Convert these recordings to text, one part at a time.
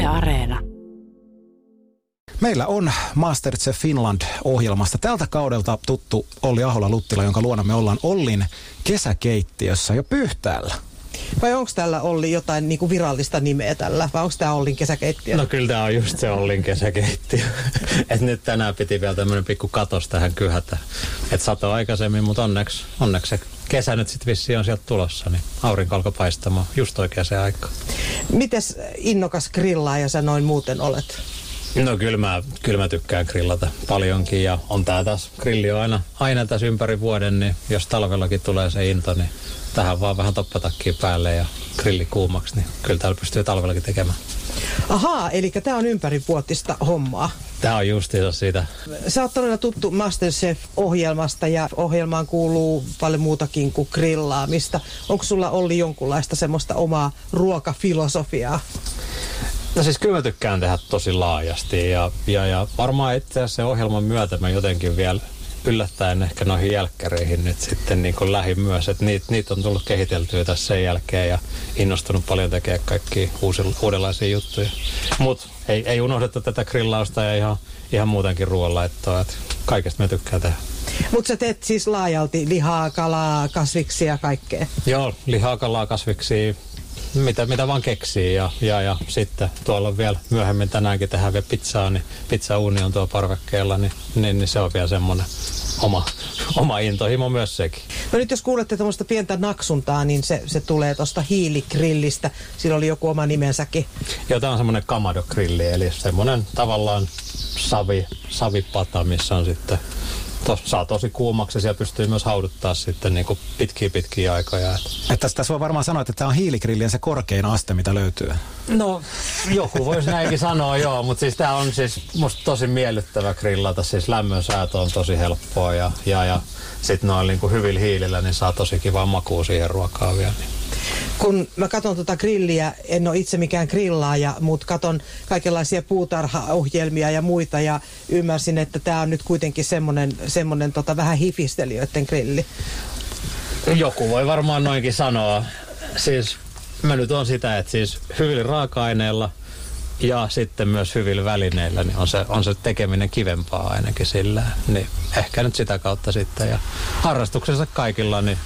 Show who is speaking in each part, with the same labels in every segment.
Speaker 1: Yle Areena.
Speaker 2: Meillä on Masterchef Finland-ohjelmasta tältä kaudelta tuttu Olli Ahola-Luttila, jonka luona me ollaan Ollin kesäkeittiössä jo Pyhtäällä.
Speaker 3: Vai onko tällä Olli jotain niinku virallista nimeä tällä, vai onko tämä Ollin kesäkeittiö?
Speaker 4: No kyllä tämä on just se Ollin kesäkeittiö. Et nyt tänään piti vielä tämmöinen pikku katos tähän kyhätä. Et sato aikaisemmin, mutta onneksi se kesä nyt sitten vissiin on sieltä tulossa, niin aurinko alkoi paistamaan just oikeaan aikaan.
Speaker 3: Mites innokas grillaaja sä noin muuten olet?
Speaker 4: No kyllä mä tykkään grillata paljonkin ja on tää taas grilli on aina tässä ympäri vuoden, niin jos talvellakin tulee se into, niin tähän vaan vähän toppatakkiä päälle ja grilli kuumaksi, niin kyllä täällä pystyy talvellakin tekemään.
Speaker 3: Ahaa, eli tää on ympärivuotista hommaa.
Speaker 4: Tää on justiinsa siitä.
Speaker 3: Sä oot todella tuttu Masterchef-ohjelmasta ja ohjelmaan kuuluu paljon muutakin kuin grillaamista. Onko sulla Olli jonkunlaista semmoista omaa ruokafilosofiaa?
Speaker 4: No siis kyllä mä tykkään tehdä tosi laajasti ja varmaan itse asiassa se ohjelman myötä mä jotenkin vielä yllättäen ehkä noihin jälkkäreihin nyt sitten niin kuin lähin myös, että niitä on tullut kehiteltyä tässä sen jälkeen ja innostunut paljon tekemään kaikkia uudenlaisia juttuja. Mutta ei unohdettu tätä grillausta ja ihan muutenkin ruoanlaittoa, että kaikesta mä tykkään tehdä.
Speaker 3: Mutta sä teet siis laajalti lihaa, kalaa, kasviksia, kaikkea?
Speaker 4: Joo, lihaa, kalaa, kasviksia. Mitä vaan keksii ja sitten tuolla on vielä myöhemmin tänäänkin tehdään vielä pizzaa, niin pizzauuni on tuo parvekkeella, niin se on vielä semmoinen oma intohimo myös sekin.
Speaker 3: No nyt jos kuulette tämmöistä pientä naksuntaa, niin se tulee tuosta hiiligrillistä. Sillä oli joku oma nimensäkin.
Speaker 4: Joo, tämä on semmoinen kamado-grilli, eli semmoinen tavallaan savipata, missä on sitten saa tosi kuumaksi ja siellä pystyy myös hauduttaa sitten niin kuin pitkiä aikoja.
Speaker 2: Että tässä voi varmaan sanoa, että tämä on hiiligrillien se korkein aste, mitä löytyy.
Speaker 4: No, joku voisi näinkin sanoa, joo, mutta siis tämä on siis musta tosi miellyttävä grillata. Siis lämmön säätö on tosi helppoa ja sitten noin niin kuin hyvillä hiilillä niin saa tosi kivaa makua siihen ruokaan vielä. Niin.
Speaker 3: Kun mä katson tuota grilliä, en ole itse mikään grillaaja, mutta katson kaikenlaisia puutarhaohjelmia ja muita ja ymmärsin, että tämä on nyt kuitenkin semmoinen vähän hifistelijöiden grilli.
Speaker 4: Joku voi varmaan noinkin sanoa. Siis mä nyt on sitä, että siis hyvillä raaka-aineilla ja sitten myös hyvillä välineillä niin on se tekeminen kivempaa ainakin sillä. Niin ehkä nyt sitä kautta sitten ja harrastuksessa kaikilla niin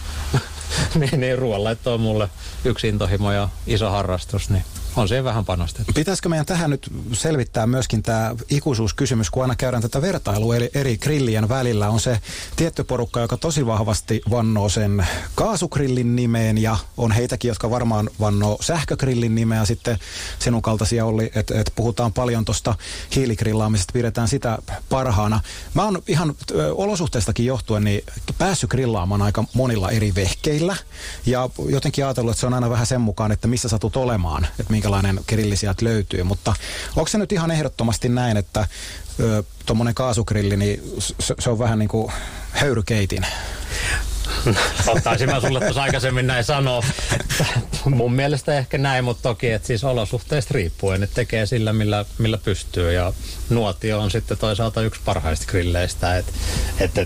Speaker 4: ruoanlaitto on mulle yksi intohimo ja iso harrastus, niin on siihen vähän panostettu.
Speaker 2: Pitäisikö meidän tähän nyt selvittää myöskin tämä ikuisuuskysymys, kun aina käydään tätä vertailua eri grillien välillä. On se tietty porukka, joka tosi vahvasti vannoo sen kaasugrillin nimeen ja on heitäkin, jotka varmaan vannoo sähkögrillin nimeä. Sitten sinun kaltaisia oli, että puhutaan paljon tuosta hiiligrillaamisesta, pidetään sitä parhaana. Mä oon ihan olosuhteistakin johtuen niin päässyt grillaamaan aika monilla eri vehkeillä ja jotenkin ajatellut, että se on aina vähän sen mukaan, että missä satut olemaan, että minkälainen grilli sieltä löytyy, mutta onko se nyt ihan ehdottomasti näin, että tuommoinen kaasugrilli, niin se on vähän niin kuin höyrykeitin?
Speaker 4: Ottaisin mä sulle tuossa aikaisemmin näin sanoa. Mun mielestä ehkä näin, mutta toki että siis olosuhteista riippuen, että tekee sillä millä pystyy ja nuotio on sitten toisaalta yksi parhaista grilleistä, että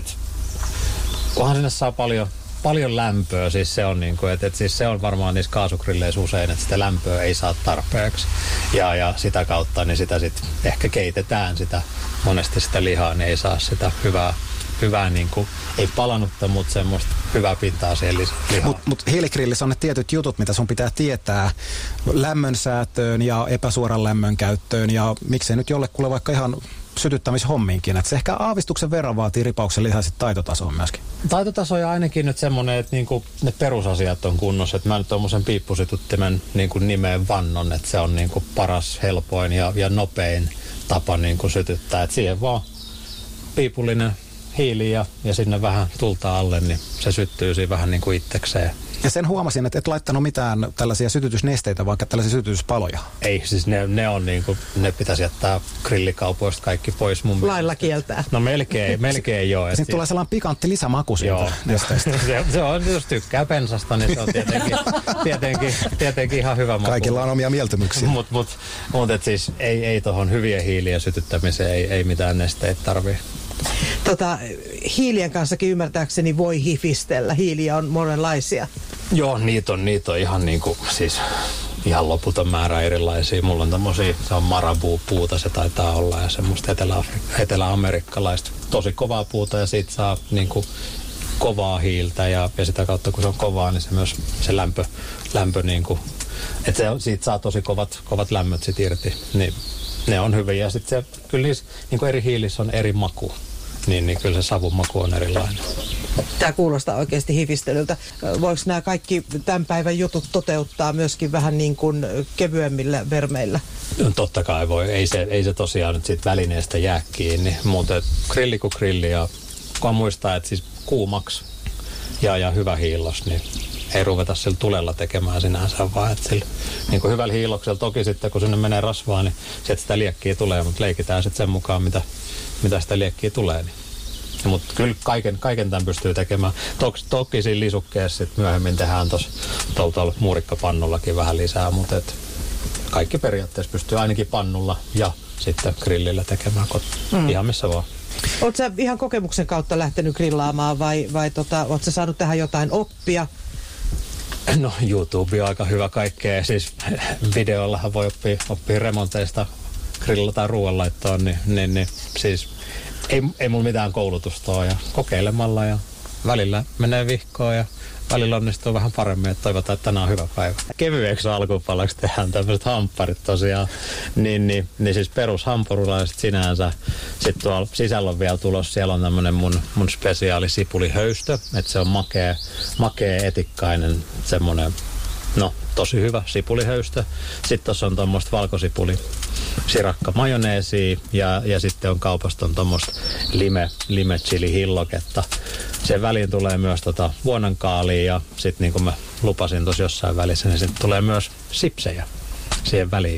Speaker 4: kunhan sinne saa paljon lämpöä, siis se on niinku, että siis se on varmaan niissä kaasugrilleissä usein, että sitä lämpöä ei saa tarpeeksi. Ja sitä kautta niin sitä sitten ehkä keitetään sitä, monesti sitä lihaa, niin ei saa sitä hyvää niinku, ei palanutta, mutta semmoista hyvää pintaa siihen lihaan.
Speaker 2: Mutta hiiligrillissä on ne tietyt jutut, mitä sun pitää tietää lämmönsäätöön ja epäsuoran lämmön käyttöön ja miksei nyt jollekulle vaikka ihan sytyttämishommiinkin, että se ehkä aavistuksen verran vaatii ripauksen lisäiset taitotasoon myöskin.
Speaker 4: Taitotaso on ainakin nyt semmoinen, että niinku ne perusasiat on kunnossa, että mä nyt tommosen piippusytyttimen niinku nimeen vannon, että se on niinku paras, helpoin ja nopein tapa niinku sytyttää, että siihen vaan piipullinen hiili ja sinne vähän tulta alle, niin se syttyy siinä vähän niinku itsekseen.
Speaker 2: Ja sen huomasin, että et laittanut mitään tällaisia sytytysnesteitä, vaikka tällaisia sytytyspaloja.
Speaker 4: Ei, siis ne on niinku, ne pitäisi jättää grillikaupoista kaikki pois mun mielestä.
Speaker 3: Lailla kieltää.
Speaker 4: No melkein joo.
Speaker 2: Sitten tulee sellainen pikantti lisämaku siitä nesteistä.
Speaker 4: se on, jos tykkää pensasta, niin se on tietenkin ihan hyvä maku.
Speaker 2: Kaikilla on omia mieltymyksiä.
Speaker 4: Mutta siis ei tohon hyvien hiilien sytyttämiseen ei mitään nesteitä tarvii.
Speaker 3: Hiilien kanssakin ymmärtääkseni voi hifistellä. Hiiliä on monenlaisia.
Speaker 4: Joo, niitä on ihan niinku siis ihan loputon määrä erilaisia. Mulla on tommosia, se on marabuu-puuta se taitaa olla ja semmoista etelä-amerikkalaista. Tosi kovaa puuta ja siitä saa niinku kovaa hiiltä ja sitä kautta kun se on kovaa, niin se myös se lämpö niinku, että siitä saa tosi kovat lämmöt sit irti. Niin ne on hyviä ja sitten kyllä niissä niinku eri hiilissä on eri maku. Niin kyllä se savun maku on erilainen.
Speaker 3: Tämä kuulostaa oikeasti hifistelyltä. Voiko nämä kaikki tämän päivän jutut toteuttaa myöskin vähän niin kuin kevyemmillä vermeillä?
Speaker 4: No, totta kai voi. Ei se tosiaan nyt siitä välineestä jää kiinni. Mutta grilli kuin grilli ja kun muistaa, että siis kuumaksi ja hyvä hiillos, niin ei ruveta sillä tulella tekemään sinänsä, vaan että sillä niin kuin hyvällä hiilloksella toki sitten kun sinne menee rasvaa, niin sieltä sitä liekkiä tulee, mutta leikitään sitten sen mukaan, mitä sitä liekkiä tulee. Niin. Mutta kyllä kaiken tämän pystyy tekemään. Toki siinä lisukkeessa sit myöhemmin tehdään tuolla muurikkapannullakin vähän lisää, mutta kaikki periaatteessa pystyy ainakin pannulla ja sitten grillillä tekemään ihan missä vaan.
Speaker 3: Oletko sä ihan kokemuksen kautta lähtenyt grillaamaan vai oletko sä saanut tähän jotain oppia?
Speaker 4: No YouTube on aika hyvä kaikkea. Siis videollahan voi oppia remonteista grillata ruoanlaittoon, niin siis ei mulla mitään koulutusta ole ja kokeilemalla ja välillä menee vihkoon ja välillä onnistuu vähän paremmin, että toivotaan, että tänään on hyvä päivä. Kevyeksi alkupalaksi tehdään tämmöiset hampparit tosiaan, niin siis perushampurilaiset sinänsä. Sitten tuolla sisällä on vielä tulossa, siellä on tämmönen mun spesiaali sipulihöystö, että se on makea etikkainen semmonen, no tosi hyvä sipulihöystö. Sitten tuossa on tuommoista valkosipuli-sirakka majoneesia ja sitten on kaupasta on tuommoista lime chili hilloketta. Sen väliin tulee myös vuonankaalia ja sitten niin kuin mä lupasin tuossa jossain välissä, niin sitten tulee myös sipsejä siihen väliin.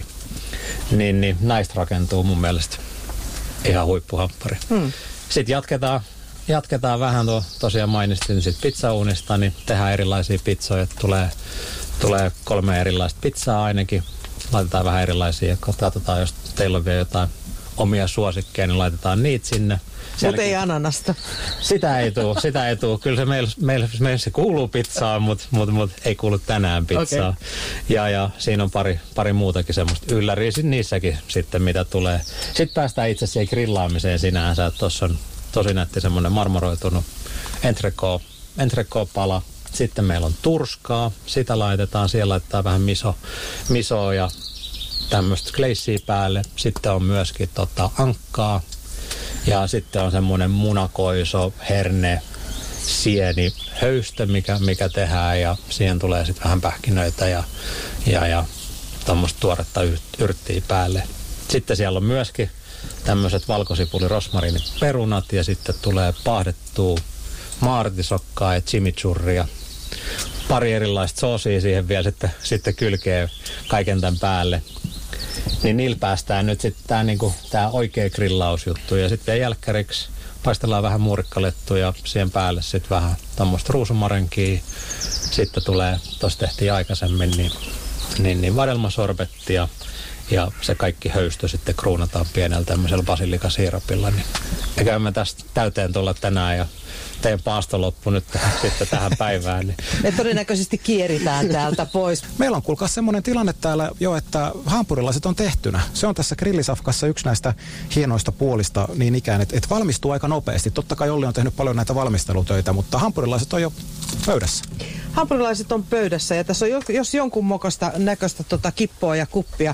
Speaker 4: Niin näistä rakentuu mun mielestä ihan huippuhamppari. Sitten jatketaan vähän tosiaan mainitsin sit pizzauunista, niin tehdään erilaisia pizzoja. Tulee 3 erilaista pizzaa ainakin. Laitetaan vähän erilaisia. Katsotaan, jos teillä on vielä jotain omia suosikkeja, niin laitetaan niitä sinne.
Speaker 3: Mutta ei ananasta.
Speaker 4: Sitä ei tule. Kyllä se meillä se kuuluu pizzaan, mutta ei kuulu tänään pizzaa. Okay. Ja siinä on pari muutakin semmoista ylläriä niissäkin sitten, mitä tulee. Sitten päästään itse siihen grillaamiseen sinänsä. Tuossa on tosi nätti semmoinen marmoroitunut entrecôte-pala. Sitten meillä on turskaa. Sitä laitetaan. Siellä laitetaan vähän misoa ja tämmöistä gleissiä päälle. Sitten on myöskin ankkaa. Ja sitten on semmoinen munakoiso, herne, sieni, höystö, mikä tehdään. Ja siihen tulee sitten vähän pähkinöitä ja tommoista tuoretta yrttiä päälle. Sitten siellä on myöskin tämmöiset valkosipuli, rosmariiniperunat ja sitten tulee paahdettua maartisokkaa ja chimichurria. Pari erilaista soosia siihen vielä sitten kylkee kaiken tämän päälle. Niin niillä päästään nyt sitten tää oikea grillausjuttu ja sitten jälkkäriksi paistellaan vähän muurikkalettua ja siihen päälle sitten vähän tommoista ruusumarenkia. Sitten tulee, tossa tehtiin aikaisemmin, niin vadelmasorbettia ja se kaikki höystö sitten kruunataan pienellä tämmöisellä basilikasiirapilla. Niin eikä me tästä täyteen tulla tänään ja teidän paasto loppu nyt sitten tähän päivään. Niin.
Speaker 3: Me todennäköisesti kieritään täältä pois.
Speaker 2: Meillä on kuulkaa semmoinen tilanne täällä jo, että hampurilaiset on tehtynä. Se on tässä grillisafkassa yksi näistä hienoista puolista niin ikään, että valmistuu aika nopeasti. Totta kai Olli on tehnyt paljon näitä valmistelutöitä, mutta hampurilaiset on jo pöydässä.
Speaker 3: Hampurilaiset on pöydässä ja tässä on jos jonkun näköistä kippoa ja kuppia.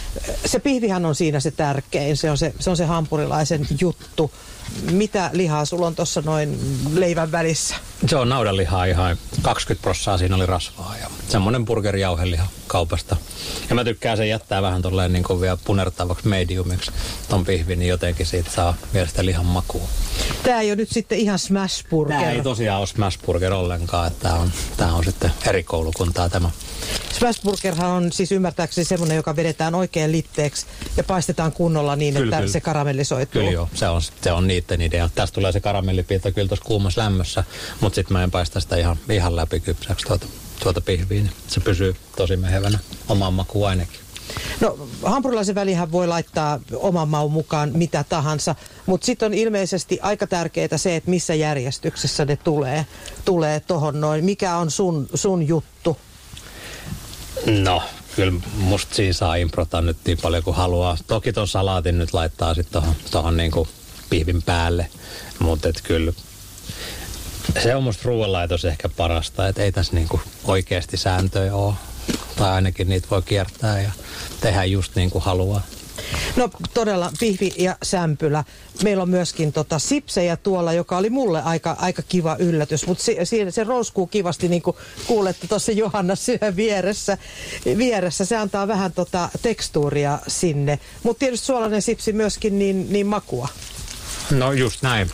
Speaker 3: Se pihvihän on siinä se tärkein, se on se hampurilaisen juttu. Mitä lihaa sulla on tuossa noin leivän välissä?
Speaker 4: Se on naudanlihaa ihan 20%, siinä oli rasvaa ja semmoinen burgerijauheliha kaupasta. Ja mä tykkään sen jättää vähän tolleen niin kuin vielä punertavaksi mediumiksi ton pihvin, niin jotenkin siitä saa vielä sitä lihan makua.
Speaker 3: Tää ei ole nyt sitten ihan smashburger.
Speaker 4: Tää ei tosiaan ole smashburger ollenkaan, että tää on sitten eri koulukuntaa tämä.
Speaker 3: Smashburgerhan on siis ymmärtääkseni semmoinen, joka vedetään oikein litteeksi ja paistetaan kunnolla niin, että se karamellisoituu.
Speaker 4: Kyllä joo, se on niiden idea. Tästä tulee se karamellipinta kyllä tuossa kuumassa lämmössä, mutta sitten mä en paista sitä ihan läpikypsäksi tuota pihviä, niin se pysyy tosi mehevänä omaan makuun ainakin.
Speaker 3: No hampurilaisen välihän voi laittaa oman maun mukaan mitä tahansa, mutta sitten on ilmeisesti aika tärkeää se, että missä järjestyksessä ne tulee tohon noin. Mikä on sun juttu?
Speaker 4: No, kyllä musta siinä saa improta nyt niin paljon kuin haluaa. Toki ton salaatin nyt laittaa sitten tohon niinku pihvin päälle, mutta kyllä se on musta ruoanlaitos ehkä parasta, että ei tässä niinku oikeasti sääntöjä ole. Tai ainakin niitä voi kiertää ja tehdä just niin kuin haluaa.
Speaker 3: No todella pihvi ja sämpylä. Meillä on myöskin sipsejä tuolla, joka oli mulle aika kiva yllätys, mutta se rouskuu kivasti, niin kuin kuulette tuossa Johanna syö vieressä. Se antaa vähän tekstuuria sinne, mutta tietysti suolainen sipsi myöskin niin makua.
Speaker 4: No just näin.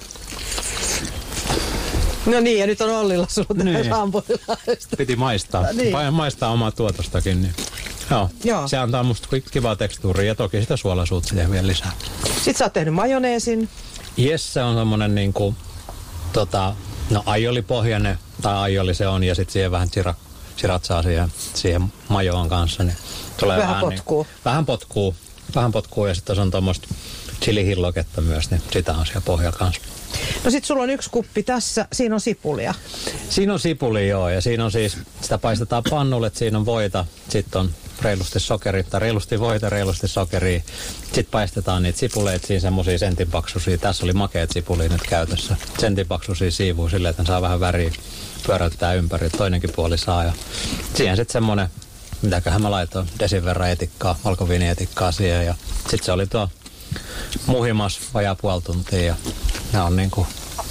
Speaker 3: No niin, ja nyt on Ollilla sulla hampurilaista.
Speaker 4: Piti maistaa.
Speaker 3: Niin.
Speaker 4: Maistaa omaa tuotostakin. Niin. Joo. Se antaa musta kivaa tekstuuria ja toki sitä suolaisuutta siihen vielä lisää.
Speaker 3: Sitten sä oot tehnyt majoneesin.
Speaker 4: Jes, se on semmonen niinku, aiolipohjainen, tai aioli se on, ja sitten siihen vähän siratsaa siihen majoon kanssa. Niin tulee
Speaker 3: vähän potkuu.
Speaker 4: Vähän potkuu, ja sitten on tuommoista chilihilloketta myös, niin sitä on siellä pohjalla kanssa.
Speaker 3: No sit sulla on yksi kuppi tässä, siinä on sipulia.
Speaker 4: Siinä on sipulia, joo, ja siinä on siis, sitä paistetaan pannulle, että siinä on voita, sitten on reilusti sokeria, reilusti voita, reilusti sokeria. Sitten paistetaan niitä sipuleita siinä semmosia sentinpaksuisia, tässä oli makeat sipulia nyt käytössä. Sentinpaksuisia siivuja silleen, että ne saa vähän väriä, pyöräyttää ympäri, toinenkin puoli saa. Ja siihen sitten semmonen, mitäköhän mä laitoin, desin verran etikkaa, valkoviinietikkaa siihen, ja sitten se oli tuo muhimas vajaa puoli tuntia, ja ne on niinku,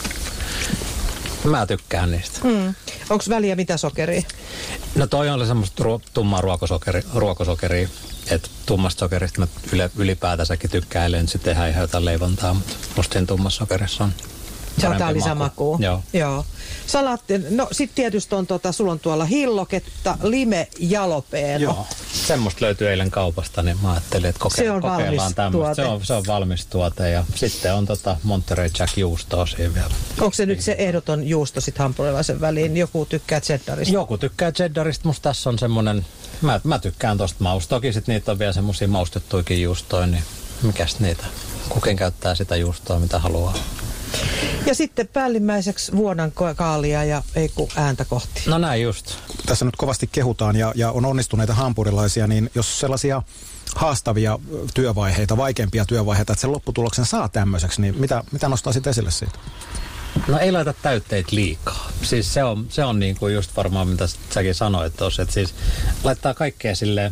Speaker 4: mä tykkään niistä.
Speaker 3: Onko väliä mitä sokeria?
Speaker 4: No toi on semmoista tummaa ruokosokeria, että tummasta sokerista mä ylipäätänsäkin tykkäilen, sitten tehdään ihan jotain leivontaa, mutta musta siinä tummassa sokerissa on
Speaker 3: se on tää lisämakuu.
Speaker 4: Joo.
Speaker 3: Salaatti, no sit tietysti on sulla on tuolla hilloketta, lime jalapeno.
Speaker 4: Joo, semmoista löytyy eilen kaupasta, niin mä ajattelin, että kokeillaan tämmöistä. Se on valmis tuote ja sitten on Monterey Jack juustoa siinä vielä.
Speaker 3: Onko se nyt se ehdoton juusto sit hampurilaisen väliin? Joku tykkää cheddarista?
Speaker 4: Joku tykkää cheddarista, musta tässä on semmonen, mä tykkään tosta mausta. Toki sit niitä on vielä semmosia maustettuikin juustoja, niin mikäs niitä? Kukin käyttää sitä juustoa, mitä haluaa.
Speaker 3: Ja sitten päällimmäiseksi vuonan kaalia ja ei kun ääntä kohti.
Speaker 4: No näin just.
Speaker 2: Tässä nyt kovasti kehutaan ja on onnistuneita hampurilaisia, niin jos sellaisia haastavia työvaiheita, vaikeampia työvaiheita, että sen lopputuloksen saa tämmöiseksi, niin mitä nostaisit esille siitä?
Speaker 4: No ei laita täytteitä liikaa. Siis se on niin kuin just varmaan mitä säkin sanoit tuossa, että siis laittaa kaikkea silleen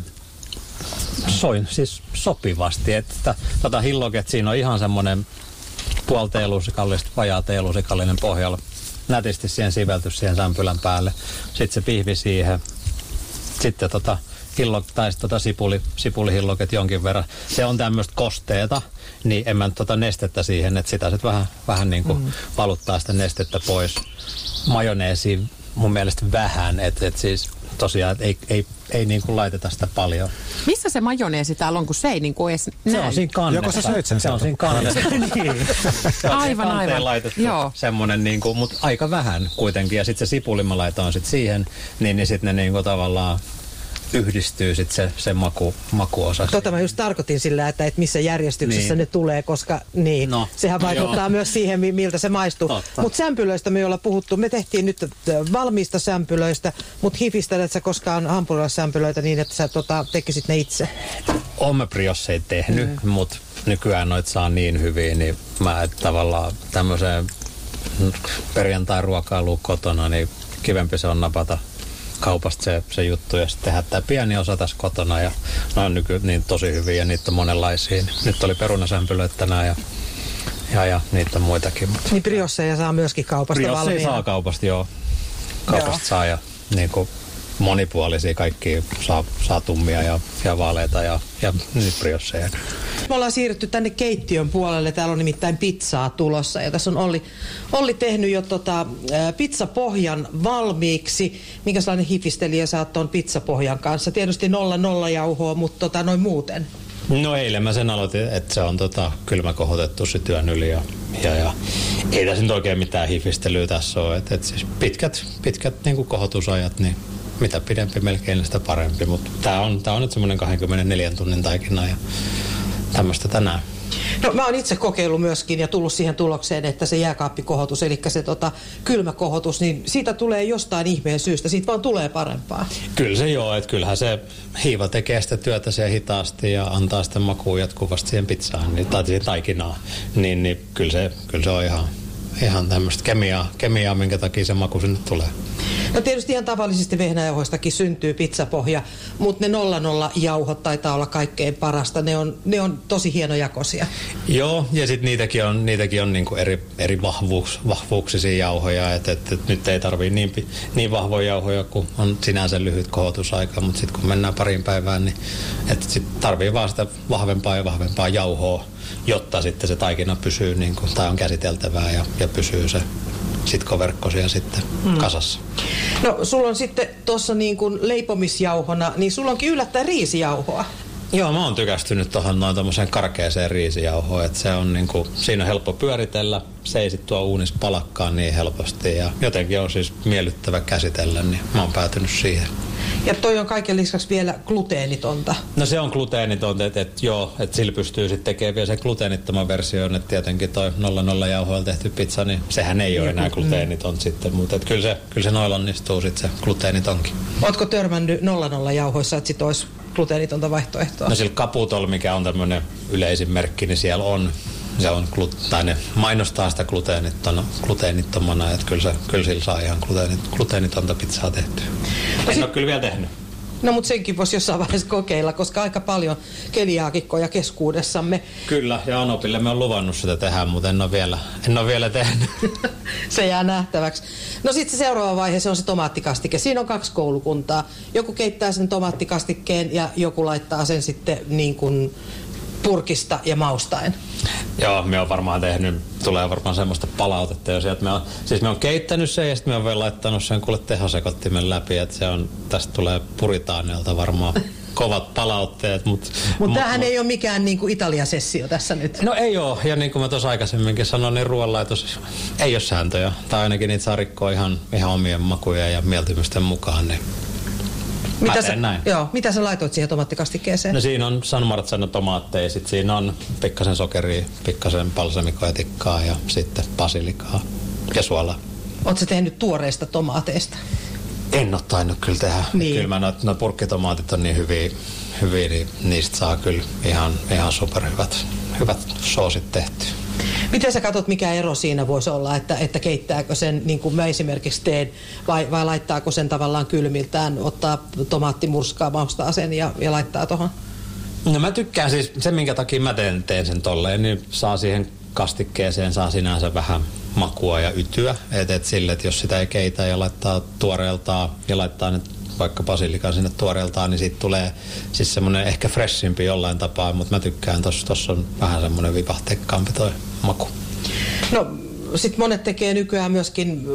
Speaker 4: siis sopivasti, että hilloket siinä on ihan semmoinen puoli teelusikallista, vajaa teelusikallinen pohjalla. Nätisti siihen siveltys siihen sämpylän päälle. Sitten se pihvi siihen. Sitten sipulihilloket jonkin verran. Se on tämmöistä kosteeta, niin en mä nyt nestettä siihen, että sitä sitten vähän niin kuin valuttaa sitä nestettä pois. Majoneesi mun mielestä vähän, että siis tosiaan ei niin kuin laiteta sitä paljon.
Speaker 1: Missä se majoneesi täällä on, kun se ei niin kuin edes näy?
Speaker 4: Se on siinä kannessa.
Speaker 2: Joko sä söit sen?
Speaker 4: Se on siinä kannessa. Niin. Se on
Speaker 1: aivan.
Speaker 4: laitettu
Speaker 1: Joo.
Speaker 4: semmonen niinku, mutta aika vähän kuitenkin. Ja sitten se sipuli mä laitoin sit siihen, niin sitten ne niinku tavallaan yhdistyy sitten se makuosa.
Speaker 3: Mä just tarkoitin sillä, että missä järjestyksessä ne tulee, koska sehän vaikuttaa myös siihen, miltä se maistuu. Mutta sämpylöistä me ei olla puhuttu. Me tehtiin nyt valmiista sämpylöistä, mutta hifistelet sä koskaan hampurilaissämpylöitä niin, että sä tekisit ne itse?
Speaker 4: Oon mä briosseja tehnyt, mutta nykyään noit saa niin hyvin, niin mä tavallaan tämmöiseen perjantai-ruokailuun kotona, niin kivempi se on napata kaupasta se juttu ja sitten tehdä tämä pieni osa tässä kotona ja ne on niin tosi hyviä ja niitä on monenlaisia. Nyt oli perunasämpylöitä tänään ja niitä on muitakin. Mutta
Speaker 3: niin briosseja saa myöskin kaupasta valmiina?
Speaker 4: Briosseja saa kaupasta, joo. Kaupasta saa ja niin kuin monipuolisia kaikki saa tummia ja vaaleita ja niitä briosseja.
Speaker 3: Me ollaan siirrytty tänne keittiön puolelle. Täällä on nimittäin pizzaa tulossa ja tässä on Olli tehnyt jo pizzapohjan valmiiksi. Minkälainen hifistelijä sä oot ton pizzapohjan kanssa? Tietysti 0 jauhoa, mutta noin muuten.
Speaker 4: No eilen mä sen aloitin, että se on kylmäkohotettu se työn yli ja ei tässä nyt oikein mitään hifistelyä tässä ole. Et siis pitkät niin kuin kohotusajat, niin mitä pidempi melkein sitä parempi. Mutta tää on nyt semmoinen 24 tunnin taikina ja tämmöistä tänään.
Speaker 3: No mä oon itse kokeillut myöskin ja tullut siihen tulokseen, että se jääkaappikohotus, eli se kylmäkohotus, niin siitä tulee jostain ihmeen syystä, siitä vaan tulee parempaa.
Speaker 4: Kyllä se joo, että kyllähän se hiiva tekee sitä työtä siellä hitaasti ja antaa sitä makua jatkuvasti siihen pizzaan tai siihen taikinaan, niin kyllä se on ihan tämmöistä kemiaa, minkä takia se maku sinne tulee.
Speaker 3: No tietysti ihan tavallisesti vehnäjauhoistakin syntyy pizzapohja, mutta ne 00 jauhot taitaa olla kaikkein parasta. Ne on tosi hienojakoisia.
Speaker 4: Joo, ja sitten niitäkin on niinku eri vahvuuksisia jauhoja, että nyt ei tarvii niin vahvoja jauhoja, kun on sinänsä lyhyt kohotusaika, mutta sitten kun mennään pariin päivään, niin sitten tarvii vaan sitä vahvempaa ja vahvempaa jauhoa, jotta sitten se taikina pysyy tai on käsiteltävää ja pysyy se sitkoverkkosia sitten kasassa.
Speaker 3: No sulla on sitten tuossa niin kuin leipomisjauhona, niin sulla onkin yllättäen riisijauhoa.
Speaker 4: Joo, mä oon tykästynyt tuohon noin tommoseen karkeaseen riisijauhoon, että se on siinä on helppo pyöritellä, se ei sit tuo uunissa palakkaan niin helposti ja jotenkin on siis miellyttävä käsitellä, niin mä oon päätynyt siihen.
Speaker 3: Ja toi on kaiken lisäksi vielä gluteenitonta.
Speaker 4: No se on gluteenitonta, että sillä pystyy sitten tekemään vielä sen gluteenittoman version, että tietenkin toi 00 jauhoilla tehty pizza, niin sehän ei ole enää gluteeniton sitten, mutta kyllä se noilla onnistuu sitten se gluteenitonkin.
Speaker 3: Ootko törmännyt 00 jauhoissa, että sit olisi gluteenitonta vaihtoehtoa?
Speaker 4: No sillä Caputolla, mikä on tämmöinen yleisin merkki, niin siellä on. Ne mainostaa sitä gluteenittomana, että kyllä sillä saa ihan gluteenitonta pizzaa tehtyä. En ole kyllä vielä tehnyt.
Speaker 3: No mutta senkin voisi jossain vaiheessa kokeilla, koska aika paljon keliaakikkoja keskuudessamme.
Speaker 4: Kyllä, ja Anopille me on luvannut sitä tehdä, mutta en ole vielä tehnyt.
Speaker 3: Se jää nähtäväksi. No sitten se seuraava vaihe, se on se tomaattikastike. Siinä on 2 koulukuntaa. Joku keittää sen tomaattikastikkeen ja joku laittaa sen sitten niin kuin purkista ja maustaen.
Speaker 4: Joo, me on varmaan tulee varmaan semmoista palautetta jo sieltä. Me on keittänyt sen ja sitten me on vielä laittanut sen tehosekottimen läpi, että tästä tulee Puritaaneilta varmaan kovat palautteet. Mutta
Speaker 3: tämähän ei ole mikään niinku Italia-sessio tässä nyt.
Speaker 4: No ei ole, ja niin kuin mä tuossa aikaisemminkin sanoin, niin ruoanlaitos ei ole sääntöjä. Tai ainakin niitä saa rikkoa ihan omien makuja ja mieltymysten mukaan, niin
Speaker 3: mitä sä laitoit siihen tomaattikastikkeeseen?
Speaker 4: No siinä on San Marzano tomaatteja, sit siinä on pikkasen sokeria, pikkasen balsamikoetikkaa ja sitten basilikaa ja suolaa.
Speaker 3: Ootko sä tehnyt tuoreista tomaateista?
Speaker 4: En ole tainnut kyllä tehdä.
Speaker 3: Niin.
Speaker 4: Kyllä mä nuo purkkitomaatit on niin hyviä, niin niistä saa kyllä ihan superhyvät soosit tehtyä.
Speaker 3: Miten sä katsot, mikä ero siinä voisi olla, että keittääkö sen, niin kuin mä esimerkiksi teen, vai laittaako sen tavallaan kylmiltään, ottaa tomaattimurskaa, maustaa sen ja laittaa tohon?
Speaker 4: No mä tykkään siis, sen minkä takia mä teen sen tolleen, niin saa siihen kastikkeeseen, saa sinänsä vähän makua ja ytyä. Että sille, että jos sitä ei keitä ja laittaa tuoreeltaan ja laittaa nyt vaikka basilikan sinne tuoreeltaan, niin siitä tulee siis semmoinen ehkä freshimpi jollain tapaa, mutta mä tykkään, tossa on vähän semmoinen vivahteikkaampi toi maku. No
Speaker 3: sit monet tekee nykyään myöskin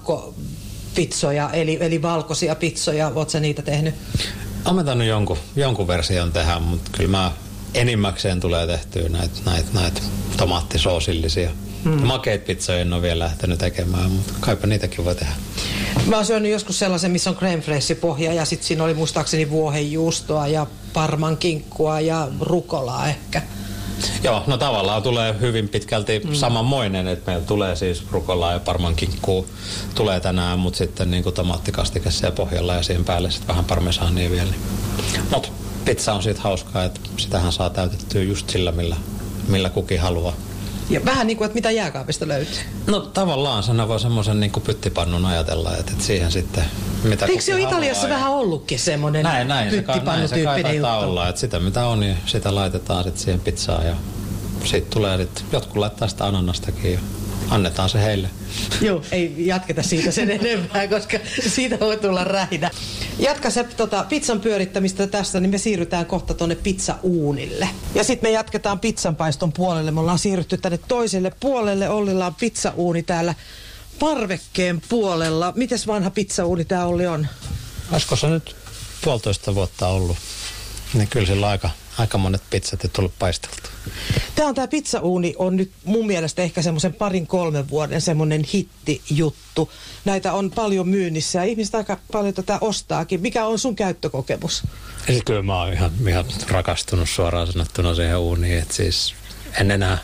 Speaker 3: blanco-pizzoja, eli valkoisia pizzoja. Oot sä niitä tehnyt?
Speaker 4: Olen tainnut jonkun version tehdä, mutta kyllä mä enimmäkseen tulee tehtyä näitä tomaattisoosillisia. Makeita pizzoja en ole vielä lähtenyt tekemään, mutta kaipa niitäkin voi tehdä.
Speaker 3: Mä oon syönyt joskus sellaisen, missä on crème fraîche pohja ja sitten siinä oli muistaakseni vuohenjuustoa ja parmankinkkua ja rukolaa ehkä.
Speaker 4: Joo, no tavallaan tulee hyvin pitkälti samanmoinen, että meillä tulee siis rukolaa ja parmankinkkuu tulee tänään, mutta sitten niin kuin tomaattikastike siellä pohjalla ja siihen päälle sitten vähän parmesaania vielä. Mutta pizza on siitä hauskaa, että sitähän saa täytettyä just sillä, millä kukin haluaa.
Speaker 3: Ja vähän niin kuin, että mitä jääkaapista löytyy.
Speaker 4: No tavallaan sana voi semmoisen niin kuin pyttipannun ajatella, että siihen sitten mitä
Speaker 3: eikö se ole Italiassa vähän ollutkin semmoinen pyttipannutyyppinen juttu?
Speaker 4: Olla, että sitä mitä on, niin sitä laitetaan sitten siihen pizzaan ja siitä tulee sitten, jotkut laittaa sitä ananastakin ja annetaan se heille.
Speaker 3: Joo, ei jatketa siitä sen enempää, koska siitä voi tulla rähinä. Jatka se pizzan pyörittämistä tästä, niin me siirrytään kohta tuonne pizzauunille. Ja sitten me jatketaan pizzanpaiston puolelle. Me ollaan siirrytty tänne toiselle puolelle. Ollilla on pizzauuni täällä parvekkeen puolella. Mites vanha pizzauuni tää Olli on?
Speaker 4: Olisiko se nyt 1,5 vuotta ollut? Niin kyllä sillä aika monet pizzat on tullut paisteltua.
Speaker 3: Tää pizzauuni on nyt mun mielestä ehkä semmoisen 2-3 vuoden semmoinen hittijuttu. Näitä on paljon myynnissä ja ihmiset aika paljon tätä ostaakin. Mikä on sun käyttökokemus?
Speaker 4: Kyllä mä oon ihan rakastunut suoraan sanottuna siihen uuniin. Että siis en enää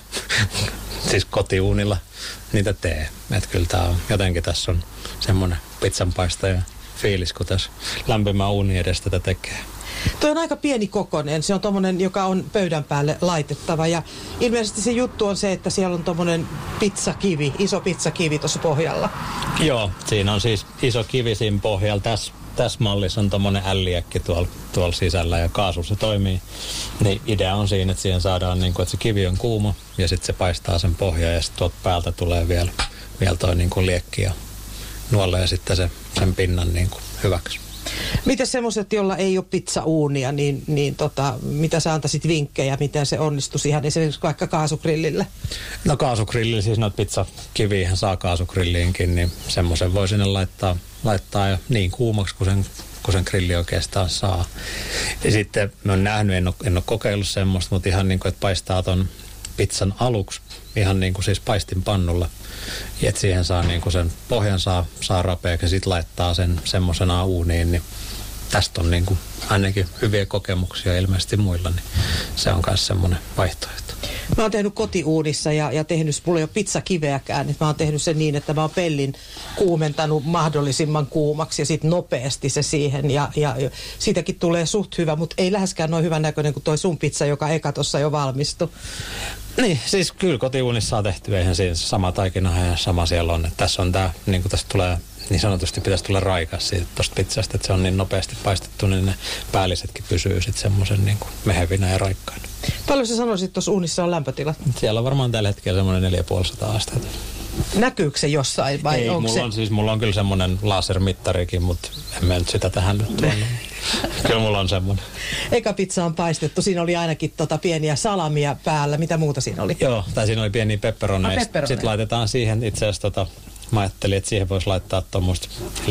Speaker 4: siis kotiuunilla niitä tee. Että kyllä tää on, jotenkin tässä on semmoinen pizzanpaistaja fiilis, kun tässä lämpimä uuni edes tätä tekee.
Speaker 3: Tuo on aika pieni kokoinen. Se on tommonen, joka on pöydän päälle laitettava. Ja ilmeisesti se juttu on se, että siellä on tommonen pizzakivi, iso pizzakivi tuossa pohjalla.
Speaker 4: Joo, siinä on siis iso kivi siinä pohjalla. Tässä mallissa on tommonen älliäkki tuolla sisällä ja kaasu se toimii. Niin idea on siinä, että siihen saadaan niin kuin, että se kivi on kuuma ja sitten se paistaa sen pohjaa ja sitten tuolta päältä tulee vielä toi niin kuin liekki ja nuolle ja sitten sen pinnan niin kuin hyväksi.
Speaker 3: Miten semmoiset, jolla ei ole pizzauunia, niin mitä sä antaisit vinkkejä, miten se onnistuisi ihan esimerkiksi vaikka kaasugrillille?
Speaker 4: No kaasugrillille, siis noita pizzakiviähän saa kaasugrilliinkin, niin semmoisen voi sinne laittaa ja niin kuumaksi kun sen grilli oikeastaan saa. Ja sitten mä oon nähnyt, en ole kokeillut semmoista, mutta ihan niin kuin, että paistaa ton pizzan aluksi ihan niin kuin siis paistinpannulla. Ja että siihen saa niin kuin sen pohjan saa rapeaksi ja sitten laittaa sen semmoisena uuniin, niin tästä on niin kuin ainakin hyviä kokemuksia ilmeisesti muilla, niin se on myös semmoinen vaihtoehto.
Speaker 3: Mä oon tehnyt kotiuunissa ja tehnyt, mulla ei ole pizzakiveäkään, että mä oon tehnyt sen niin, että mä oon pellin kuumentanut mahdollisimman kuumaksi ja sitten nopeasti se siihen ja siitäkin tulee suht hyvä, mutta ei läheskään noin hyvän näköinen kuin toi sun pizza, joka eka tossa jo valmistui.
Speaker 4: Niin, siis kyllä kotiuunissa saa tehtyä, eihän siinä sama taikina ja sama siellä on, että tässä on tää, niin kuin tästä tulee, niin sanotusti pitäisi tulla raikas siitä tosta pizzasta, että se on niin nopeasti paistettu, niin ne päällisetkin pysyy sitten semmoisen niin kuin mehevinä ja raikkaina.
Speaker 3: Paljon sä sanoisit, että tuossa uunissa on lämpötilat?
Speaker 4: Siellä on varmaan tällä hetkellä semmoinen 450 astetta.
Speaker 3: Näkyykö se jossain vai
Speaker 4: ei,
Speaker 3: onko
Speaker 4: mulla on kyllä semmoinen lasermittarikin, mutta en mä nyt sitä tähän nyt tuonut. Kyllä mulla on semmoinen.
Speaker 3: Eka pizza on paistettu, siinä oli ainakin pieniä salamia päällä, mitä muuta siinä oli?
Speaker 4: Joo, tai siinä oli pieniä pepperoneja. Sitten laitetaan siihen itse asiassa mä ajattelin, että siihen voisi laittaa tuommoista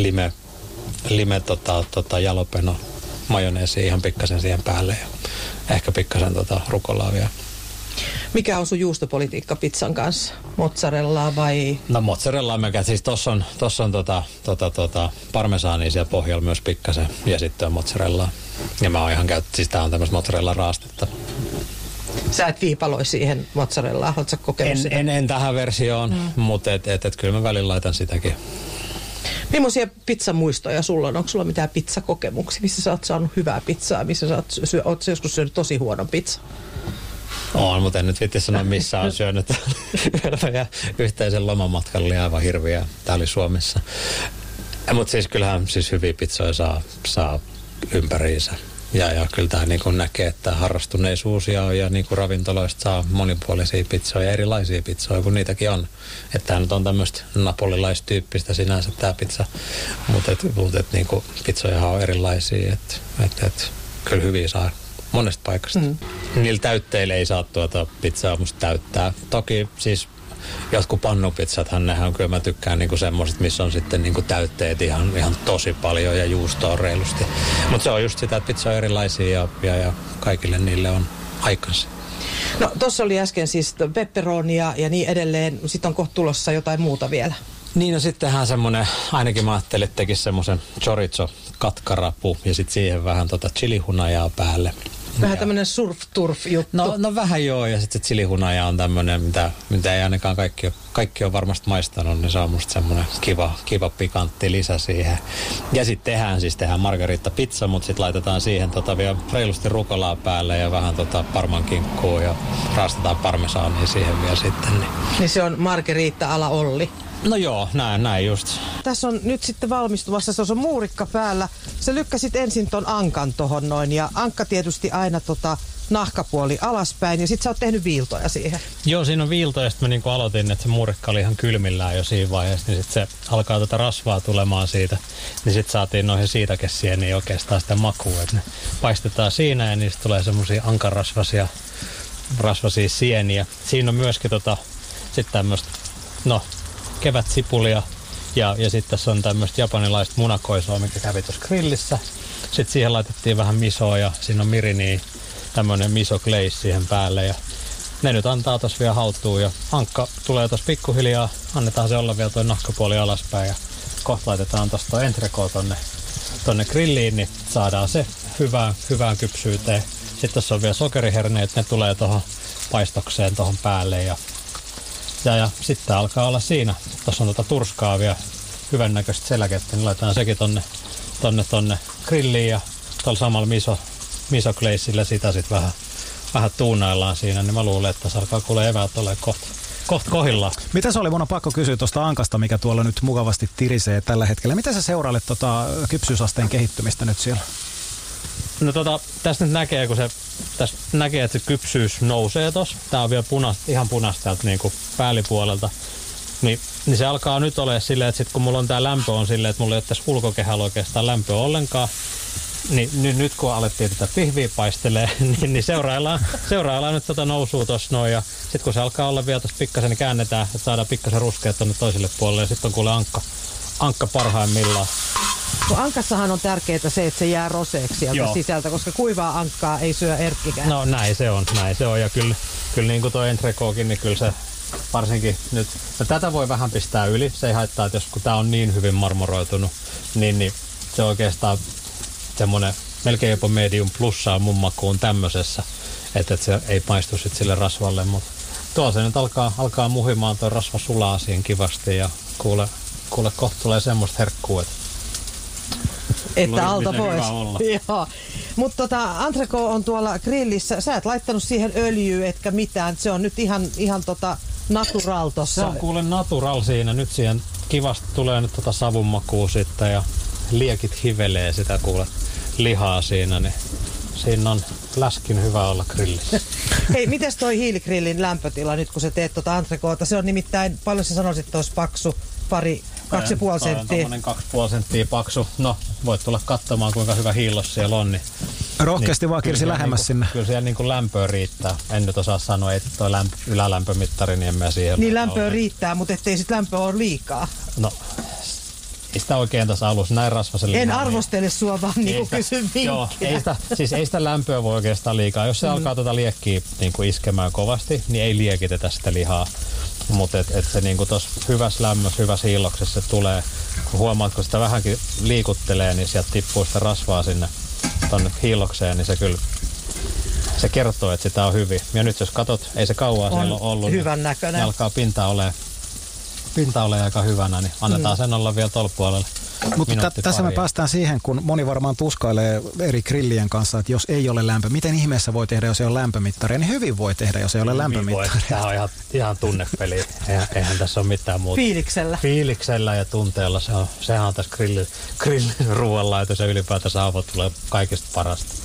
Speaker 4: lime jalapeno majoneesia ihan pikkasen siihen päälle ja ehkä pikkasen rukolaa vielä.
Speaker 3: Mikä on sun juustopolitiikka pizzan kanssa? Mozzarellaa vai?
Speaker 4: No mozzarellaa mekä. Siis tossa on parmesaania siellä pohjalla myös pikkasen ja sitten on mozzarellaa. Ja mä oon ihan siis tää on tämmöistä mozzarella raastetta.
Speaker 3: Sä et viipaloi siihen mozzarellaa, oot sä kokenut sitä?
Speaker 4: En tähän versioon, mutta kyllä mä välillä laitan sitäkin.
Speaker 3: Millaisia pizzamuistoja sulla on? Onko sulla mitään pizzakokemuksia, missä sä oot saanut hyvää pizzaa, missä sä oot joskus syönyt tosi huonon pizza?
Speaker 4: On, mutta en nyt viitti sanoa, missä on syönyt yhteisen lomamatkalla aivan hirviä. Tää oli Suomessa. Mutta siis kyllähän siis hyviä pizzoja saa ympäriinsä. Ja kyllä tämä niin näkee, että harrastuneisuus ja niin ravintoloista saa monipuolisia pizzoja, erilaisia pizzoja, kun niitäkin on. Että tämä nyt on tämmöistä napolilaistyyppistä sinänsä tämä pizza, mutta niin pizzojahan on erilaisia, että kyllä hyviä saa monesta paikasta. Niillä täytteillä ei saa pizzaa musta täyttää. Toki siis jotkut pannupizzathan, nehän on kyllä, mä tykkään niinku semmoiset, missä on sitten niinku täytteet ihan tosi paljon ja juustoa reilusti. Mutta se on just sitä, että pizza on erilaisia ja kaikille niille on aikansa.
Speaker 3: No tossa oli äsken siis pepperonia ja niin edelleen. Sitten on kohta tulossa jotain muuta vielä.
Speaker 4: Niin, no sittenhän semmoinen, ainakin mä ajattelin, että tekisi semmoisen chorizo katkarapu ja sitten siihen vähän chilihunajaa päälle.
Speaker 3: Vähän tämmöinen surf-turf-juttu.
Speaker 4: No vähän joo, ja sitten se chilihunaja on tämmöinen, mitä ei ainakaan kaikki on varmasti maistanut, niin se on musta semmoinen kiva pikantti lisä siihen. Ja sitten tehdään margarita pizza, mutta sitten laitetaan siihen vielä reilusti rukolaa päälle ja vähän parman kinkkuu ja raastetaan parmesaania siihen vielä sitten.
Speaker 3: Niin se on margarita ala Olli.
Speaker 4: No joo, näin just.
Speaker 3: Tässä on nyt sitten valmistumassa, se on muurikka päällä. Sä lykkäsit ensin ton ankan tohon noin ja ankka tietysti aina nahkapuoli alaspäin ja sit sä oot tehnyt viiltoja siihen.
Speaker 4: Joo, siinä on viiltoja ja sitten mä niinku aloitin, että se muurikka oli ihan kylmillään jo siinä vaiheessa, niin sitten se alkaa rasvaa tulemaan siitä. Niin sitten saatiin noihin siitakesieniin oikeastaan sitä makua, että ne paistetaan siinä ja niistä tulee semmosia ankarasvasia sieniä. Siinä on myöskin sitten tämmöistä, kevätsipulia ja sitten tässä on tämmöistä japanilaista munakoisoa, mikä kävi tuossa grillissä. Sitten siihen laitettiin vähän misoa ja siinä on miriniä, tämmöinen miso glaze siihen päälle ja ne nyt antaa tossa vielä hautuun ja ankka tulee tossa pikkuhiljaa, annetaan se olla vielä toi nahkapuoli alaspäin ja kohta laitetaan tossa toi entrecot tonne grilliin, niin saadaan se hyvään kypsyyteen. Sitten tässä on vielä sokeriherneet, ne tulee tuohon paistokseen tuohon päälle ja sitten alkaa olla siinä. Tuossa on turskaa vielä hyvännäköistä seläkettä, niin laitetaan sekin tonne grilliin ja tuolla samalla misogleissillä sitä sitten vähän tuunaillaan siinä, niin mä luulen, että se alkaa kuulee eväät olemaan kohta kohillaan.
Speaker 2: Mitä se oli? Mun on pakko kysyä tuosta ankasta, mikä tuolla nyt mukavasti tirisee tällä hetkellä. Miten sä seurailet kypsyysasteen kehittymistä nyt siellä?
Speaker 4: No tästä nyt näkee, tästä näkee, että se kypsyys nousee tossa. Tää on vielä ihan punaista täältä niinku päällipuolelta. Niin se alkaa nyt olemaan silleen, että sit kun mulla on tää lämpö on silleen, että mulla ei ole tässä ulkokehällä oikeastaan lämpöä ollenkaan. Niin nyt kun alettiin tätä pihviä paistelee, niin seuraillaan nyt nousua tossa noin. Ja sit kun se alkaa olla vielä tossa pikkasen, niin käännetään, että saadaan pikkasen ruskeat tonne toiselle puolelle. Ja sitten on kuule ankka parhaimmillaan.
Speaker 3: No, ankassahan on tärkeää se, että se jää roseeksi sieltä sisältä, koska kuivaa ankkaa ei syö erkkikään.
Speaker 4: No näin se on. Ja kyllä niin kuin tuo entrecôtkin, niin kyllä se varsinkin nyt. No, tätä voi vähän pistää yli. Se ei haittaa, että kun tää on niin hyvin marmoroitunut, niin se oikeastaan semmoinen melkein jopa medium plussaa mun makuun tämmöisessä, että se ei maistu sit sille rasvalle, mutta tuo se nyt alkaa muhimaan, tuo rasva sulaa siihen kivasti ja kuule kohta tulee semmoista herkkua,
Speaker 3: että alta pois. Joo. Mutta entrecôte on tuolla grillissä. Sä et laittanut siihen öljyä etkä mitään. Se on nyt ihan natural tossa.
Speaker 4: Se on kuule natural siinä. Nyt siihen kivasti tulee nyt savunmakua sitten ja liekit hivelee sitä kuule lihaa siinä. Niin siinä on läskin hyvä olla grillissä.
Speaker 3: Hei, mites toi hiiligrillin lämpötila nyt kun sä teet entrecôteta? Se on nimittäin, paljon sä sanoisit, että olisi paksu, 2,5 senttiä.
Speaker 4: 2,5 senttiä paksu. No, voit tulla katsomaan, kuinka hyvä hiillos siellä on.
Speaker 2: Rohkeasti vaan Kirsi lähemmäs sinne.
Speaker 4: Kyllä siellä niin kuin lämpöä riittää. En nyt osaa sanoa, että toi ylälämpömittari, niin en mä siihen.
Speaker 3: Niin lämpöä riittää, mutta ettei sit lämpöä ole liikaa.
Speaker 4: No, ei sitä oikein tässä alussa näin rasvaiselle.
Speaker 3: En arvostele sua, vaan niin kysyn vinkkinä. Joo,
Speaker 4: ei sitä lämpöä voi oikeastaan liikaa. Jos se alkaa liekkiä niin kuin iskemään kovasti, niin ei liekitetä sitä lihaa. Mutta et se niinku tuossa hyvässä lämmössä, hyvässä hiilloksessa se tulee. Kun huomaat, kun sitä vähänkin liikuttelee, niin sieltä tippuu sitä rasvaa sinne tonne hiillokseen, niin se kyllä se kertoo, että sitä on hyvin. Ja nyt jos katot, ei se kauan siellä ole ollut,
Speaker 3: hyvän näköinen.
Speaker 4: Niin alkaa pinta olemaan aika hyvänä, niin annetaan sen olla vielä tuolla puolella.
Speaker 2: Mutta tässä me päästään siihen, kun moni varmaan tuskailee eri grillien kanssa, että jos ei ole lämpö, miten ihmeessä voi tehdä, jos ei ole lämpömittaria, niin hyvin voi tehdä, jos ei ole lämpömittaria.
Speaker 4: Tämä on ihan tunnepeli, eihän tässä ole mitään muuta. Fiiliksellä ja tunteella, sehän on tässä grillin ruoanlaitos ja ylipäätänsä avot tulee kaikista parasta.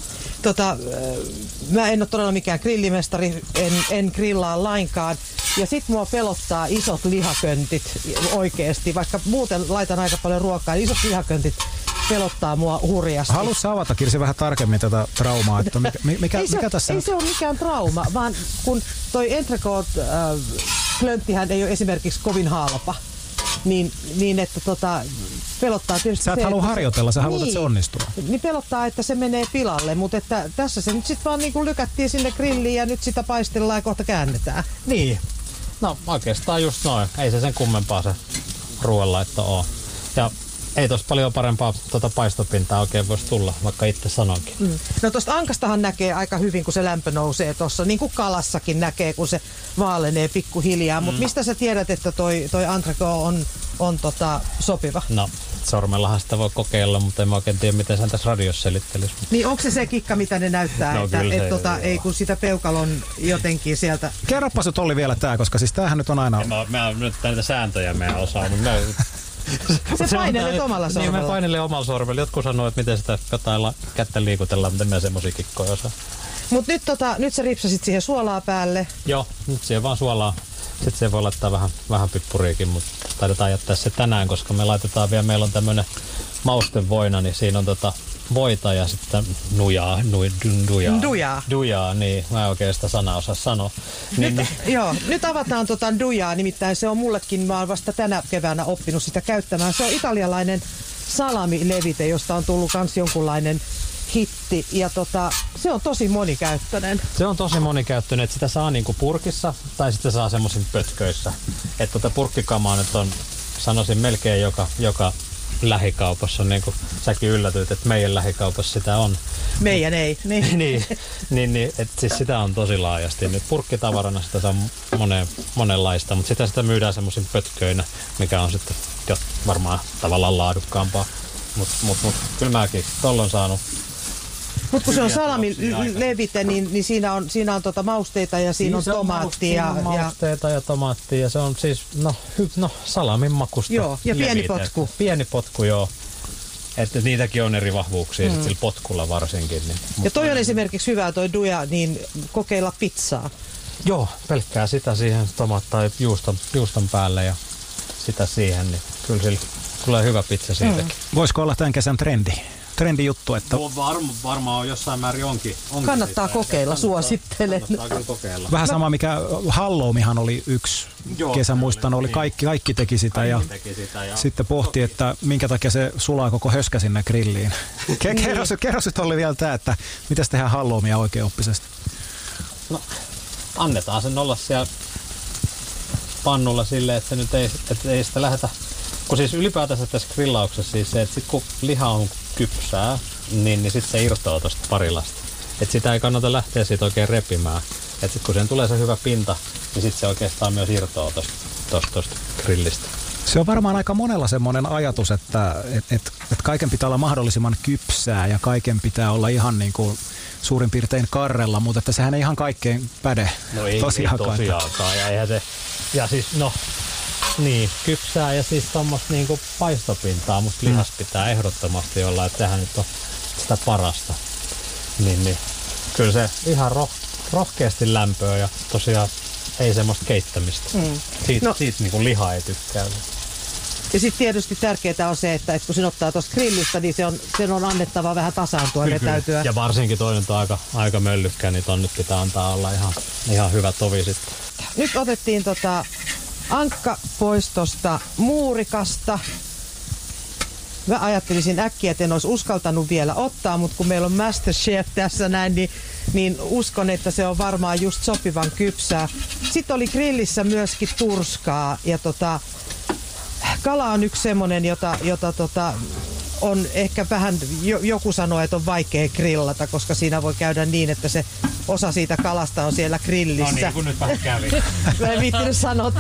Speaker 3: Mä en ole todella mikään grillimestari, en grillaa lainkaan. Ja sit mua pelottaa isot lihaköntit oikeesti, vaikka muuten laitan aika paljon ruokaa, niin isot lihaköntit pelottaa mua hurjasti.
Speaker 2: Haluatko avata, Kirsi, vähän tarkemmin tätä traumaa, että mikä tässä
Speaker 3: ei se ole mikään trauma, vaan kun toi entrecôte-klönttihän ei ole esimerkiksi kovin halpa. Niin että pelottaa tietysti
Speaker 2: sä et halua harjoitella, sä haluat, että se onnistuu.
Speaker 3: Niin pelottaa, että se menee pilalle, mutta että tässä se nyt sitten vaan niin kuin lykättiin sinne grilliin ja nyt sitä paistellaan ja kohta käännetään.
Speaker 4: Niin. No oikeastaan just noin. Ei se sen kummempaa se ruoanlaitto ole. Ja ei tossa paljon parempaa paistopintaa oikein voisi tulla, vaikka itse sanonkin.
Speaker 3: No tosta ankastahan näkee aika hyvin, kun se lämpö nousee tossa. Niin kuin kalassakin näkee, kun se vaalenee pikkuhiljaa. Mutta mistä sä tiedät, että toi entrecôte on sopiva?
Speaker 4: No, sormellahan sitä voi kokeilla, mutta en mä oikein tiedä, miten sen tässä radiossa selittelisi.
Speaker 3: Niin onko se kikka, mitä ne näyttää? No, ei kun sitä peukalon jotenkin sieltä.
Speaker 2: Kerropa se Olli vielä tää, koska siis tämähän nyt on aina.
Speaker 4: Mä nyt näitä sääntöjä meidän osaa, mutta
Speaker 3: se painelet omalla sormella.
Speaker 4: Niin mä painelen omalla sormella. Jotkut sanoo, että miten sitä jotain kättä liikutellaan, mutta en mä semmosia kikkoja osaa.
Speaker 3: Mut nyt sä ripsasit siihen suolaa päälle.
Speaker 4: Joo, nyt siihen vaan suolaa. Sitten siihen voi laittaa vähän pippuriikin, mutta taidetaan jättää se tänään, koska me laitetaan vielä, meillä on tämmönen maustevoina, niin siinä on voita ja sitten dujaa, niin mä en oikein sitä sanaa osaa sanoa.
Speaker 3: Nyt avataan dujaa, nimittäin se on mullekin, mä oon vasta tänä keväänä oppinut sitä käyttämään. Se on italialainen salamilevite, josta on tullut kans jonkunlainen hitti ja se on tosi monikäyttöinen.
Speaker 4: Se on tosi monikäyttöinen, että sitä saa niinku purkissa tai sitten saa semmoisin pötköissä. Että purkkikamaa nyt on, sanoisin melkein joka lähikaupassa, niin kuin säkin yllätyit, että meidän lähikaupassa sitä on.
Speaker 3: Meidän ei.
Speaker 4: niin, että siis sitä on tosi laajasti. Nyt purkkitavarana sitä saa monenlaista, mutta sitä myydään semmoisin pötköinä, mikä on sitten jo varmaan tavallaan laadukkaampaa. Mutta kyllä mäkin tolla on saanut.
Speaker 3: Mutta kun se on salamilevite, niin siinä on mausteita ja siinä on tomaattia.
Speaker 4: Mausteita ja tomaattia ja se on siis, salamin makusta.
Speaker 3: Joo, ja pieni potku.
Speaker 4: Pieni potku, joo. Että niitäkin on eri vahvuuksia, sillä potkulla varsinkin. Niin.
Speaker 3: Ja toi on esimerkiksi hyvä toi duja, niin kokeilla pizzaa.
Speaker 4: Joo, pelkkää sitä siihen tomaattia juuston päälle ja sitä siihen, niin kyllä sillä tulee hyvä pizza siitäkin.
Speaker 2: Voisiko olla tämän kesän trendijuttu, että
Speaker 4: varmaan on jossain määrin onkin
Speaker 3: kannattaa kokeilla, suosittelen.
Speaker 4: Kannattaa kokeilla.
Speaker 2: vähän sama mikä Halloweenhan oli yksi kesä, muistan, oli kaikki teki sitä ja sitten pohti, että minkä takia se sulaa koko höskä sinne grilliin. Kerro nyt oli vielä tämä, että mitäs tehdään Halloweenia oikeaoppisesti? No,
Speaker 4: annetaan sen olla siellä pannulla silleen, että nyt ei sitä lähdetä. Kun siis ylipäätänsä tässä grillauksessa siis se, että sit kun liha on kypsää, niin sitten se irtoaa tuosta parilasta. Että sitä ei kannata lähteä siitä oikein repimään. Että sitten kun sen tulee se hyvä pinta, niin sitten se oikeastaan myös irtoaa tuosta grillistä.
Speaker 2: Se on varmaan aika monella semmoinen ajatus, että kaiken pitää olla mahdollisimman kypsää ja kaiken pitää olla ihan niin kuin suurin piirtein karrella, mutta että sehän ei ihan kaikkein päde.
Speaker 4: No ei tosiaankaan. Ja eihän se, ja siis niin, kypsää ja siis tommoista niinku paistopintaa, musta lihas pitää ehdottomasti olla, että sehän nyt on sitä parasta. Niin kyllä se ihan rohkeasti lämpöä ja tosiaan ei semmoista keittämistä. Siitä niinku liha ei tykkää.
Speaker 3: Ja sitten tietysti tärkeää on se, että kun sen ottaa tuosta grillistä, niin sen on annettava vähän tasaantua ja vetäytyä.
Speaker 4: Ja varsinkin toinen on aika möllykkä, niin ton nyt pitää antaa olla ihan hyvä tovi sitten.
Speaker 3: Nyt otettiin ankka pois tuosta muurikasta. Mä ajattelisin äkkiä, että en olisi uskaltanut vielä ottaa, mutta kun meillä on Masterchef tässä näin, niin uskon, että se on varmaan just sopivan kypsää. Sitten oli grillissä myöskin turskaa ja kala on yksi semmonen, jota on ehkä vähän, joku sanoo, että on vaikea grillata, koska siinä voi käydä niin, että se osa siitä kalasta on siellä grillissä.
Speaker 4: No niin, kun nyt vähän kävi.
Speaker 3: Mä en viittinyt sanoa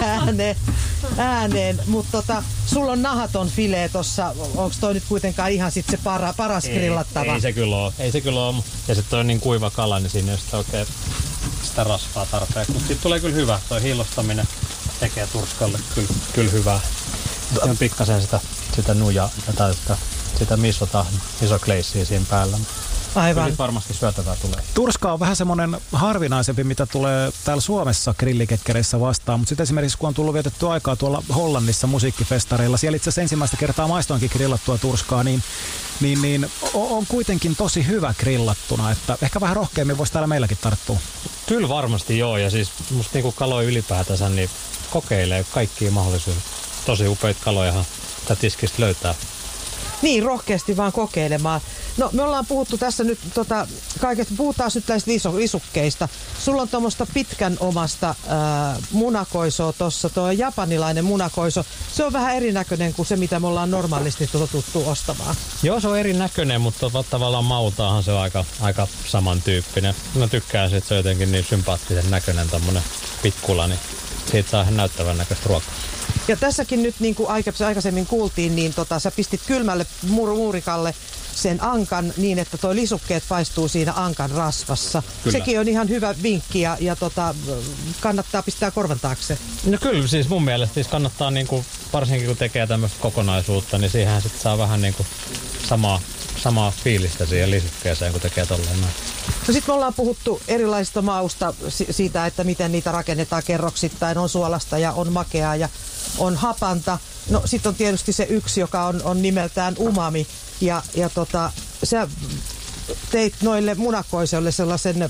Speaker 3: ääneen, mutta sulla on nahaton filee tossa. Onko toi nyt kuitenkaan ihan sit se paras grillattava?
Speaker 4: Ei se kyllä ole. Ja sitten on niin kuiva kala, niin siinä ei ole oikein sitä rasvaa tarpeeksi. Mutta siitä tulee kyllä hyvä. Toi hiilostaminen tekee turskalle kyllä hyvää. Se on pikkasen sitä nujaa tai sitä misogleissiä siinä päällä.
Speaker 3: Aivan.
Speaker 4: Kyllä varmasti syötävää tulee.
Speaker 2: Turska on vähän semmoinen harvinaisempi, mitä tulee täällä Suomessa grilliketkereissä vastaan, mutta sitten esimerkiksi kun on tullut vietetty aikaa tuolla Hollannissa musiikkifestareilla, siellä itse asiassa ensimmäistä kertaa maistoinkin grillattua turskaa, niin on kuitenkin tosi hyvä grillattuna, että ehkä vähän rohkeammin voisi täällä meilläkin tarttua.
Speaker 4: Kyllä varmasti joo, ja siis musta niinku kaloja ylipäätänsä, niin kokeilee kaikkia mahdollisuuksia. Tosi upeita kalojahan tätä tiskistä löytää.
Speaker 3: Niin, rohkeasti vaan kokeilemaan. No, me ollaan puhuttu tässä nyt kaikesta, puhutaan nyt näistä lisukkeista. Sulla on tuommoista pitkän omasta munakoisoa tossa, tuo japanilainen munakoiso. Se on vähän erinäköinen kuin se, mitä me ollaan normaalisti totuttu ostamaan.
Speaker 4: Joo, se on erinäköinen, mutta tavallaan maultaahan se on aika samantyyppinen. Mä tykkään, että se on jotenkin niin sympaattisen näköinen tommonen pikkula, niin siitä saa ihan näyttävän näköistä ruokaa.
Speaker 3: Ja tässäkin nyt, niin kuin aikaisemmin kuultiin, niin sä pistit kylmälle muurikalle sen ankan niin, että toi lisukkeet paistuu siinä ankan rasvassa. Kyllä. Sekin on ihan hyvä vinkki ja kannattaa pistää korvan taakse.
Speaker 4: No kyllä, siis mun mielestä siis kannattaa, niin kuin, varsinkin kun tekee tämmöistä kokonaisuutta, niin siihen sitten saa vähän niin kuin samaa fiilistä siihen lisukkeeseen, kun tekee tolleen näin.
Speaker 3: No sit me ollaan puhuttu erilaisista mausta siitä, että miten niitä rakennetaan kerroksittain. On suolasta ja on makeaa ja on hapanta. No sit on tietysti se yksi, joka on nimeltään umami. Ja sä teit noille munakoisoille sellaisen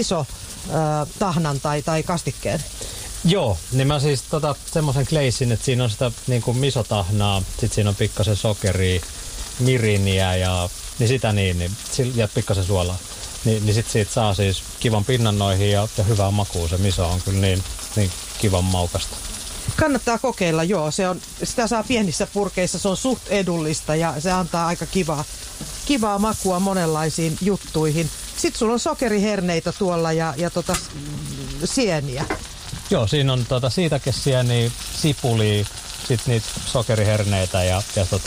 Speaker 3: miso-tahnan tai kastikkeen.
Speaker 4: Joo, niin mä siis semmoisen glazein, että siinä on sitä niin kuin misotahnaa, sit siinä on pikkasen sokeria, miriniä ja niin sitä ja pikkasen suolaa. Niin sit siitä saa siis kivan pinnan noihin ja hyvää makua. Se miso on kyllä niin kivan maukasta.
Speaker 3: Kannattaa kokeilla, joo. Sitä saa pienissä purkeissa, se on suht edullista ja se antaa aika kivaa makua monenlaisiin juttuihin. Sitten sulla on sokeriherneitä tuolla ja sieniä.
Speaker 4: Joo, siinä on siitakesieniä, sipulia, sitten niitä sokeriherneitä ja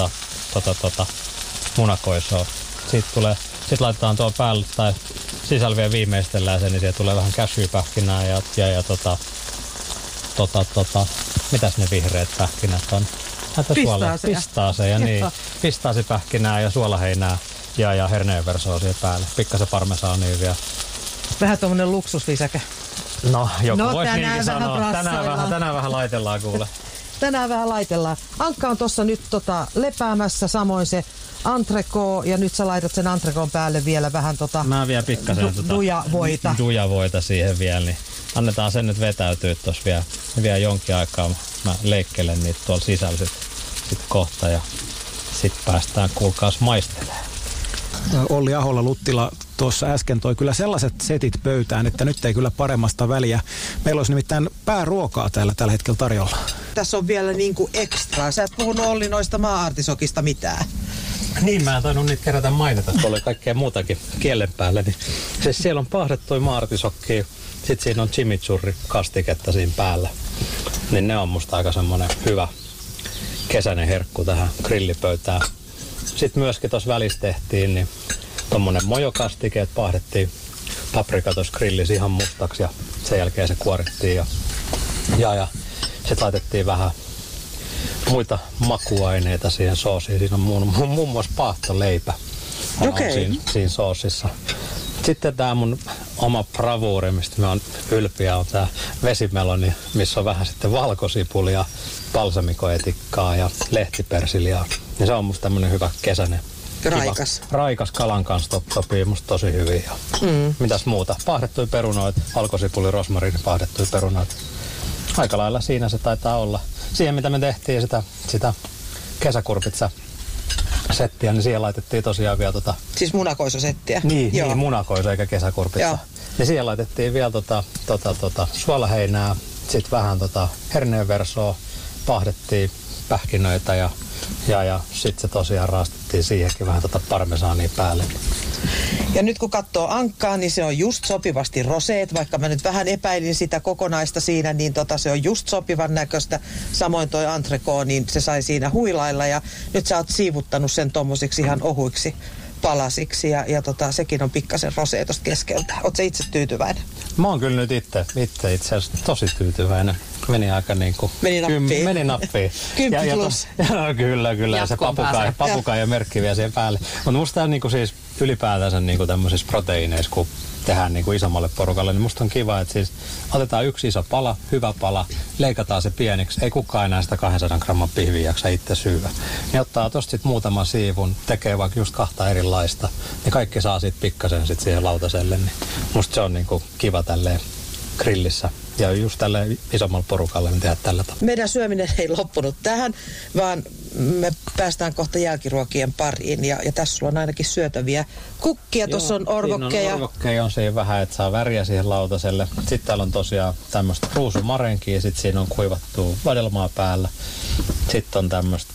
Speaker 4: munakoisoa. Sitten laitetaan tuo päälle tai sisällä vielä viimeistellään sen, niin siihen tulee vähän cashewpähkinää ja mitäs ne vihreät pähkinät on? Pistaaseja, niin. Pistaasipähkinää ja suolaheinää ja herneenversoa siihen päälle. Pikkasen parmesaania vielä.
Speaker 3: Vähän tommonen luksuslisäkä.
Speaker 4: No, joku voisi niinkin sanoa. Tänään vähän laitellaan kuule.
Speaker 3: Tänään vähän laitellaan. Ankka on tossa nyt lepäämässä, samoin se entrecot, ja nyt sä laitat sen entrecon päälle vielä vähän
Speaker 4: Mä vielä pikkasen dujavoita siihen vielä, niin annetaan sen nyt vetäytyä tossa vielä jonkin aikaa. Mä leikkelen niitä tuolla sisällä sit kohta ja sit päästään kuulkaas maistelemaan.
Speaker 2: Olli Ahola-Luttila tuossa äsken toi kyllä sellaiset setit pöytään, että nyt ei kyllä paremmasta väliä. Meillä olisi nimittäin pääruokaa täällä tällä hetkellä tarjolla.
Speaker 3: Tässä on vielä niinku ekstra. Sä et puhunut Olli noista maa-artisokista mitään.
Speaker 4: Niin, mä en tainnut niitä kerätä mainita. Tuolla oli kaikkea muutakin kielen päällä. Niin. Siis siellä on paahdettuja maa-artisokkia. Sitten siinä on chimichurri-kastiketta siinä päällä. Niin ne on musta aika semmonen hyvä kesäinen herkku tähän grillipöytään. Sitten myöskin tuossa välissä tehtiin niin tommonen mojokastike, että paahdettiin paprika tuossa grillissä ihan mustaksi ja sen jälkeen se kuorittiin ja sitten laitettiin vähän muita makuaineita siihen soosiin. Siinä on muun muassa paahtoleipä siinä soosissa. Sitten tää mun oma bravuuri, mistä mä oon ylpeä, on tää vesimeloni, missä on vähän sitten valkosipulia, balsamikoetikkaa ja lehtipersiliaa. Ja se on musta tämmönen hyvä kesäinen. Raikas kalan kanssa sopii musta tosi hyvin. Mitäs muuta? Paahdettuja perunoita, valkosipuli, rosmariini, paahdettuja perunoita. Aika lailla siinä se taitaa olla. Siihen mitä me tehtiin sitä kesäkurpitsa settiä, niin siihen laitettiin tosiaan vielä
Speaker 3: Siis munakoisosettiä?
Speaker 4: Niin, munakoiso eikä kesäkurpitsa. Ja siihen laitettiin vielä suolaheinää, sit vähän herneenversoa, paahdettiin pähkinöitä ja sit se tosiaan raastettiin siihenkin vähän parmesaania päälle.
Speaker 3: Ja nyt kun katsoo ankkaa, niin se on just sopivasti roseet, vaikka mä nyt vähän epäilin sitä kokonaista siinä, niin se on just sopivan näköistä. Samoin toi entrecot, niin se sai siinä huilailla ja nyt sä oot siivuttanut sen tommosiksi ihan ohuiksi palasiksi ja sekin on pikkasen rosea tosta keskeltä. Oot sä itse tyytyväinen?
Speaker 4: Mä oon kyllä nyt itse asiassa tosi tyytyväinen. Meni aika niinku... Meni nappiin.
Speaker 3: 10 plus.
Speaker 4: Kyllä. Ja se papukai ja merkki vielä siihen päälle. Mutta musta tää niinku siis ylipäätänsä niinku tämmöisissä proteiineissa, kun tehdään niinku isommalle porukalle, niin musta on kiva, että siis otetaan yksi iso pala, hyvä pala, leikataan se pieniksi. Ei kukaan enää sitä 200 gramman pihviä jaksa itse syyä. Niin ottaa tosta sit muutaman siivun, tekee vaikka just 2 erilaista, niin kaikki saa sit pikkasen sit siihen lautaselle. Niin musta se on niinku kiva tälleen grillissä. Ja just tälle isommalle porukalle niin tehdä tällä tavalla.
Speaker 3: Meidän syöminen ei loppunut tähän, vaan me päästään kohta jälkiruokien pariin. Ja tässä sulla on ainakin syötäviä kukkia. Tuossa on orvokkeja.
Speaker 4: Siinä on orvokkeja, on siinä vähän, että saa väriä siihen lautaselle. Sitten täällä on tosiaan tämmöistä ruusumarenkia, sitten siinä on kuivattua vadelmaa päällä. Sitten on tämmöistä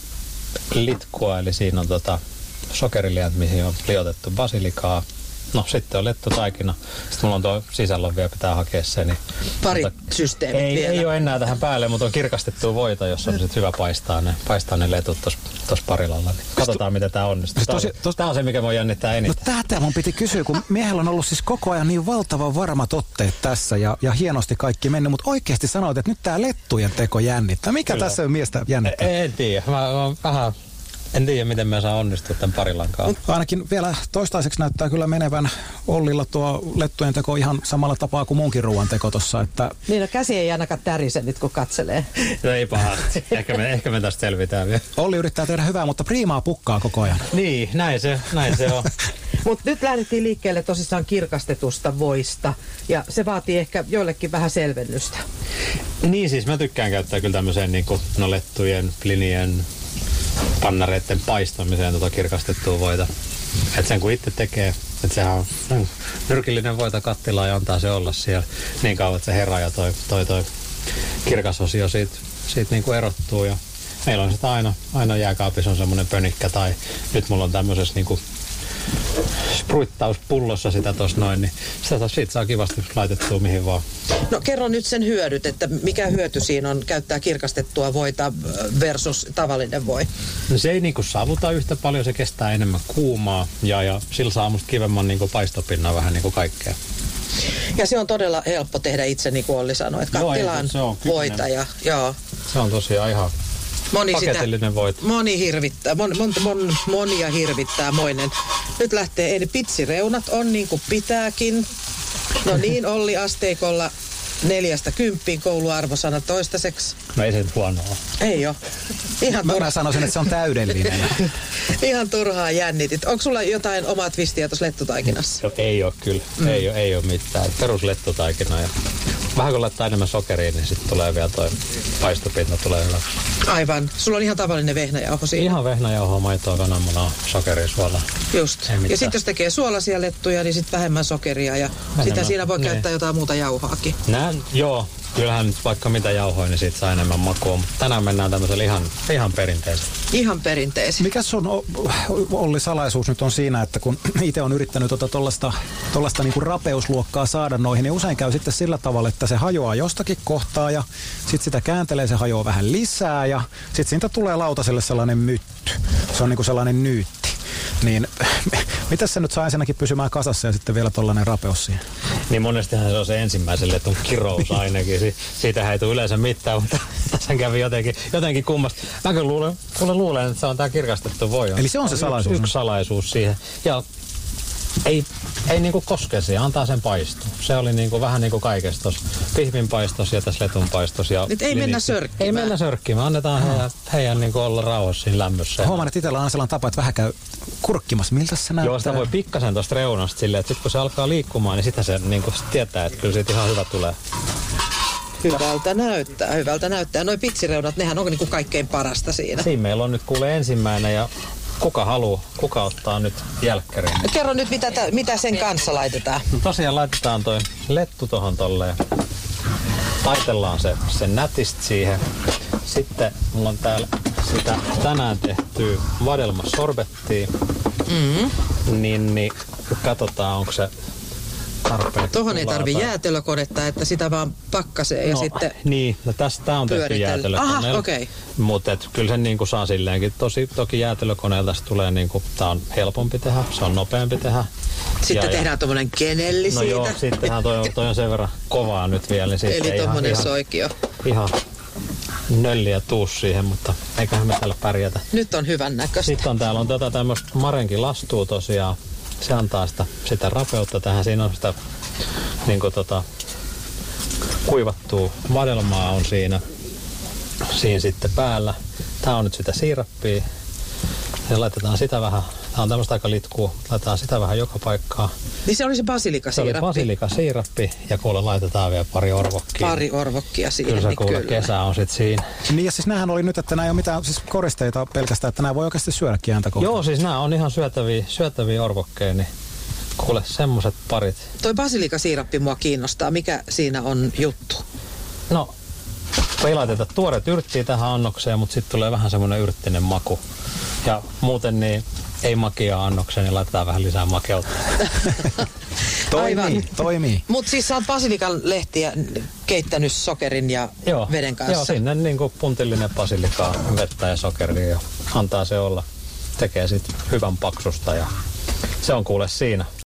Speaker 4: litkua, eli siinä on sokeriliät, mihin on liotettu basilikaa. No sitten on lettutaikina. Sitten mulla on tuo sisällä vielä pitää hakea se. Niin,
Speaker 3: pari systeemit vielä.
Speaker 4: Ei ole enää tähän päälle, mutta on kirkastettua voita, jos on sitten hyvä paistaa ne letut tuossa parilalla. Niin katsotaan, miten tämä onnistuu. Tämä on se, mikä voi jännittää eniten.
Speaker 2: No tätä mun piti kysyä, kun miehellä on ollut siis koko ajan niin valtavan varmat otteet tässä ja hienosti kaikki mennyt, mutta oikeasti sanoit, että nyt tämä lettujen teko jännittää. Mikä kyllä tässä on miestä jännittää?
Speaker 4: En tiedä. Mä oon vähän... En tiedä, miten me saa onnistua tämän parilankaan.
Speaker 2: Ainakin vielä toistaiseksi näyttää kyllä menevän Ollilla tuo lettujen teko ihan samalla tapaa kuin munkin ruoan teko tossa. Että...
Speaker 3: Niin, no käsi ei ainakaan tärise nyt, kun katselee.
Speaker 4: No ei pahasti. Ehkä me tästä selvitään vielä.
Speaker 2: Olli yrittää tehdä hyvää, mutta priimaa pukkaa koko ajan.
Speaker 4: Niin, näin se on.
Speaker 3: Mutta nyt lähdettiin liikkeelle tosissaan kirkastetusta voista. Ja se vaatii ehkä joillekin vähän selvennystä.
Speaker 4: Niin siis mä tykkään käyttää kyllä tämmöiseen niin kuin lettujen, plinien, pannareiden paistamiseen kirkastettua voita. Että sen kun itse tekee, että sehän on nyrkillinen voita kattilaa ja antaa se olla siellä niin kauan, että se herää ja toi kirkas osio siitä siitä niin kuin erottuu ja meillä on sitä aina jääkaapissa on semmoinen pönikkä tai nyt mulla on tämmöisessä niin kuin spruittauspullossa sitä tossa noin, niin siitä saa kivasti laitettua mihin vaan.
Speaker 3: No kerro nyt sen hyödyt, että mikä hyöty siinä on käyttää kirkastettua voita versus tavallinen voi?
Speaker 4: No se ei niinku savuta yhtä paljon, se kestää enemmän kuumaa ja sillä saa musta kivemman niinku paistopinnan vähän niinku kaikkea.
Speaker 3: Ja se on todella helppo tehdä itse, niin kuin Olli sanoi, että kattilaan voita ja joo.
Speaker 4: Se on tosiaan ihan paketillinen voita.
Speaker 3: Monia hirvittää moinen. Nyt lähtee, eli pitsireunat on niin kuin pitääkin. No niin, Olli asteikolla 4–10 kouluarvosana toistaiseksi.
Speaker 4: No ei se nyt huonoa.
Speaker 3: Ei oo.
Speaker 2: Mä sanoisin, että se on täydellinen.
Speaker 3: Ihan turhaa jännitit. Onko sulla jotain omaa twistiä tuossa lettutaikinassa?
Speaker 4: No, ei ole kyllä. Ei ole mitään. Peruslettutaikina. Ja vähän kun laittaa enemmän sokeria, niin sitten tulee vielä toi paistopinta tulee hyvä.
Speaker 3: Aivan. Sulla on ihan tavallinen vehnäjauho siinä.
Speaker 4: Ihan vehnäjauhoa, maitoa, kananmunaa, sokeria, suolaa.
Speaker 3: Just. Ja sitten jos tekee suolaisia lettuja, niin sitten vähemmän sokeria ja sitä siinä voi käyttää jotain muuta jauhoakin.
Speaker 4: Joo. Kyllähän nyt vaikka mitä jauhoja, niin siitä saa enemmän makua, mutta tänään mennään tämmöisellä ihan perinteisellä.
Speaker 3: Ihan perinteisellä.
Speaker 2: Mikä sun, Olli, salaisuus nyt on siinä, että kun itse on yrittänyt tollaista niinku rapeusluokkaa saada noihin, niin usein käy sitten sillä tavalla, että se hajoaa jostakin kohtaa ja sitten sitä kääntelee, se hajoaa vähän lisää ja sitten siitä tulee lautaselle sellainen mytty. Se on niinku sellainen nyytti. Niin mitäs se nyt saa ensinnäkin pysymään kasassa ja sitten vielä tollainen rapeus siihen?
Speaker 4: Niin monestihan se on se ensimmäisen letun kirous ainakin. Siitähän ei tule yleensä mitään, mutta tässä kävi jotenkin kummasta. Mä kyllä luulen, että se on tää kirkastettu voi.
Speaker 2: Eli se on se salaisuus?
Speaker 4: Yksi salaisuus siihen. Ja ei niinku koske siihen, antaa sen paistua. Se oli niinku vähän niinku kaikessa tossa. Pihvin paistos ja tässä letun paistos. Ja
Speaker 3: nyt ei mennä sörkkimään.
Speaker 4: Ei mennä sörkkimään. Annetaan heidän niinku olla rauhassa siinä lämmössä.
Speaker 2: Huomaan, että itsellä on sellainen tapa, että vähän käy kurkkimassa. Miltä se näyttää?
Speaker 4: Joo, sitä voi pikkasen tosta reunasta silleen, että sit kun se alkaa liikkumaan, niin sitten se niinku tietää, että kyllä siitä ihan hyvä tulee.
Speaker 3: Hyvältä näyttää. Noi pitsireunat, nehän on niinku kaikkein parasta siinä.
Speaker 4: Siinä meillä on nyt kuule ensimmäinen ja kuka ottaa nyt jälkkärin?
Speaker 3: Kerro nyt, mitä sen kanssa laitetaan.
Speaker 4: No tosiaan laitetaan toi lettu tohon tolleen. Taitellaan se nätistä siihen. Sitten mulla on täällä sitä tänään tehtyä vadelmasorbettia. Niin katsotaan, onko se tarpeen.
Speaker 3: Tohon ei tarvi jäätelökonetta, että sitä vaan pakkasee ja sitten
Speaker 4: niin, no tää on tehty jäätelökoneella.
Speaker 3: Aha, okei.
Speaker 4: Mutta kyllä sen niinku saa silleenkin. Toki jäätelökoneelta se tulee niinku, tää on helpompi tehdä, se on nopeampi tehdä.
Speaker 3: Sitten tehdään tommonen kenelli siitä.
Speaker 4: No joo, sittenhän toi on sen verran kovaa nyt vielä. Niin
Speaker 3: eli tommonen soikio.
Speaker 4: Ihan nölliä tuu siihen, mutta eiköhän me täällä pärjätä.
Speaker 3: Nyt on hyvän näköistä.
Speaker 4: Sitten täällä on tämmöistä marenkin lastua tosiaan. Se antaa sitä rapeutta tähän. Siinä on sitä niinku kuivattua vadelmaa on siinä sitten päällä. Tää on nyt sitä siirappia. Ja laitetaan sitä vähän. Tää on tämmöistä aika litkua. Laitetaan sitä vähän joka paikkaan.
Speaker 3: Niin se oli se basilikasiirappi.
Speaker 4: Se oli basilikasiirappi ja kuule laitetaan vielä pari orvokkia.
Speaker 3: Pari orvokkia siihen.
Speaker 4: Kyllä se kuule kesä on sit siinä.
Speaker 2: Niin ja siis näähän oli nyt, että nämä ei ole mitään siis koristeita pelkästään, että nämä voi oikeasti syödäkin ääntä kohtaan.
Speaker 4: Joo, siis nämä on ihan syötäviä orvokkeja, niin kuule semmoset parit.
Speaker 3: Toi basilikasiirappi mua kiinnostaa. Mikä siinä on juttu?
Speaker 4: No, ei laiteta tuoreet yrttiä tähän annokseen, mutta sitten tulee vähän semmoinen yrttinen maku. Ja muuten niin ei makia annokseen, niin laitetaan vähän lisää makeutta.
Speaker 2: Toimii.
Speaker 3: Mutta siis sä oot basilikan lehtiä keittänyt sokerin ja veden kanssa.
Speaker 4: Joo, sinne niinku puntillinen basilikaa, vettä ja sokeria ja antaa se olla. Tekee sit hyvän paksusta ja se on kuule siinä.